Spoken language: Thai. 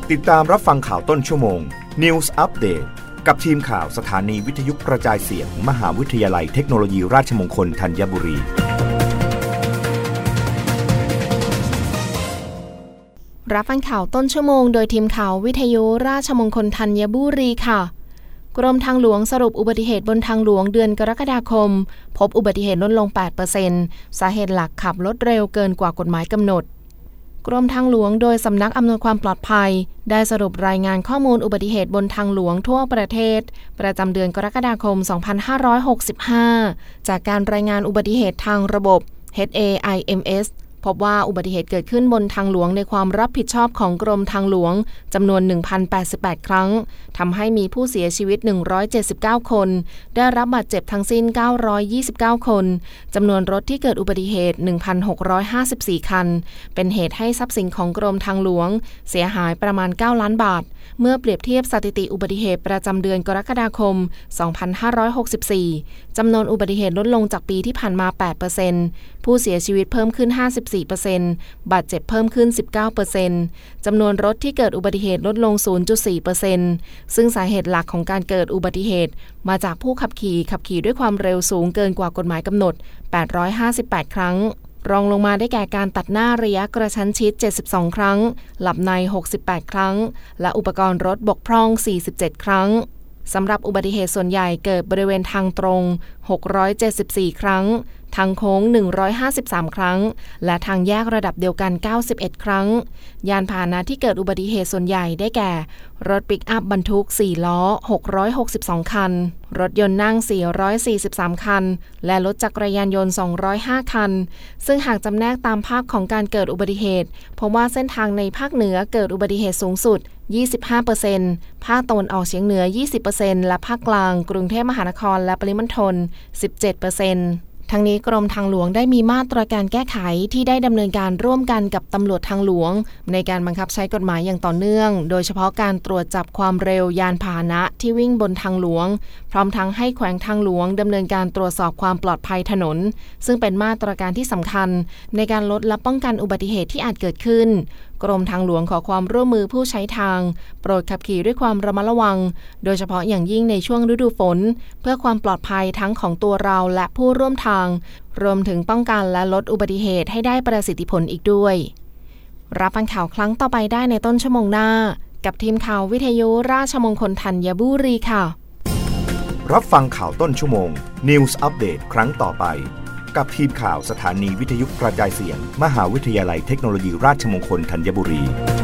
ติดตามรับฟังข่าวต้นชั่วโมง News Update กับทีมข่าวสถานีวิทยุกระจายเสียง มหาวิทยาลัยเทคโนโลยีราชมงคลธัญบุรีรับฟังข่าวต้นชั่วโมงโดยทีมข่าววิทยุราชมงคลธัญบุรีค่ะกรมทางหลวงสรุปอุบัติเหตุบนทางหลวงเดือนกรกฎาคมพบอุบัติเหตุลดลง 8% สาเหตุหลักขับรถเร็วเกินกว่ากฎหมายกำหนดกรมทางหลวงโดยสำนักอำนวยความปลอดภัยได้สรุปรายงานข้อมูลอุบัติเหตุบนทางหลวงทั่วประเทศประจำเดือนกรกฎาคม 2565 จากการรายงานอุบัติเหตุทางระบบ HAIMS พบว่าอุบัติเหตุเกิดขึ้นบนทางหลวงในความรับผิดชอบของกรมทางหลวงจำนวน 1,088 ครั้งทำให้มีผู้เสียชีวิต179คนได้รับบาดเจ็บทั้งสิ้น929คนจำนวนรถที่เกิดอุบัติเหตุ 1,654 คันเป็นเหตุให้ทรัพย์สินของกรมทางหลวงเสียหายประมาณ9ล้านบาทเมื่อเปรียบเทียบสถิติอุบัติเหตุประจำเดือนกรกฎาคม 2564 จำนวนอุบัติเหตุลดลงจากปีที่ผ่านมา 8% ผู้เสียชีวิตเพิ่มขึ้น 54% บาดเจ็บเพิ่มขึ้น 19% จำนวนรถที่เกิดอุบัติเหตุลดลง 0.4% ซึ่งสาเหตุหลักของการเกิดอุบัติเหตุมาจากผู้ขับขี่ด้วยความเร็วสูงเกินกว่ากฎหมายกำหนด 858 ครั้งรองลงมาได้แก่การตัดหน้าระยะกระชั้นชิด 72 ครั้งหลับใน 68 ครั้งและอุปกรณ์รถบกพร่อง 47 ครั้งสำหรับอุบัติเหตุส่วนใหญ่เกิดบริเวณทางตรง 674 ครั้งทางโค้ง 153 ครั้งและทางแยกระดับเดียวกัน 91 ครั้งยานพาหนะที่เกิดอุบัติเหตุส่วนใหญ่ได้แก่รถปิกอัพบรรทุก 4 ล้อ 662 คันรถยนต์นั่ง 443 คันและรถจักรยานยนต์ 205 คันซึ่งหากจำแนกตามภาคของการเกิดอุบัติเหตุพบว่าเส้นทางในภาคเหนือเกิดอุบัติเหตุสูงสุด 25% ภาคตะวันออกเฉียงเหนือ 20% และภาคกลางกรุงเทพมหานครและปริมณฑล 17%ทั้งนี้กรมทางหลวงได้มีมาตรการแก้ไขที่ได้ดำเนินการร่วมกันกับตำรวจทางหลวงในการบังคับใช้กฎหมายอย่างต่อเนื่องโดยเฉพาะการตรวจจับความเร็วยานพาหนะที่วิ่งบนทางหลวงพร้อมทั้งให้แขวงทางหลวงดำเนินการตรวจสอบความปลอดภัยถนนซึ่งเป็นมาตรการที่สำคัญในการลดและป้องกันอุบัติเหตุที่อาจเกิดขึ้นกรมทางหลวงขอความร่วมมือผู้ใช้ทางโปรดขับขี่ด้วยความระมัดระวังโดยเฉพาะอย่างยิ่งในช่วงฤดูฝนเพื่อความปลอดภัยทั้งของตัวเราและผู้ร่วมทางรวมถึงป้องกันและลดอุบัติเหตุให้ได้ประสิทธิผลอีกด้วยรับฟังข่าวครั้งต่อไปได้ในต้นชั่วโมงหน้ากับทีมข่าววิทยุราชมงคลธัญบุรีค่ะรับฟังข่าวต้นชั่วโมง News Update ครั้งต่อไปกับทีมข่าวสถานีวิทยุกระจายเสียง มหาวิทยาลัยเทคโนโลยีราชมงคลธัญบุรี